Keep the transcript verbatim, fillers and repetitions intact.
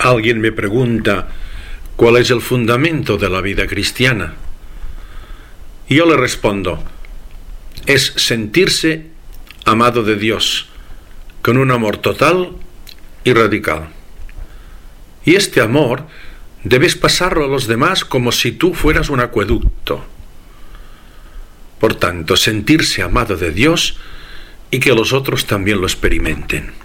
Alguien me pregunta cuál es el fundamento de la vida cristiana. Y yo le respondo, es sentirse amado de Dios, con un amor total y radical. Y este amor debes pasarlo a los demás como si tú fueras un acueducto. Por tanto, sentirse amado de Dios y que los otros también lo experimenten.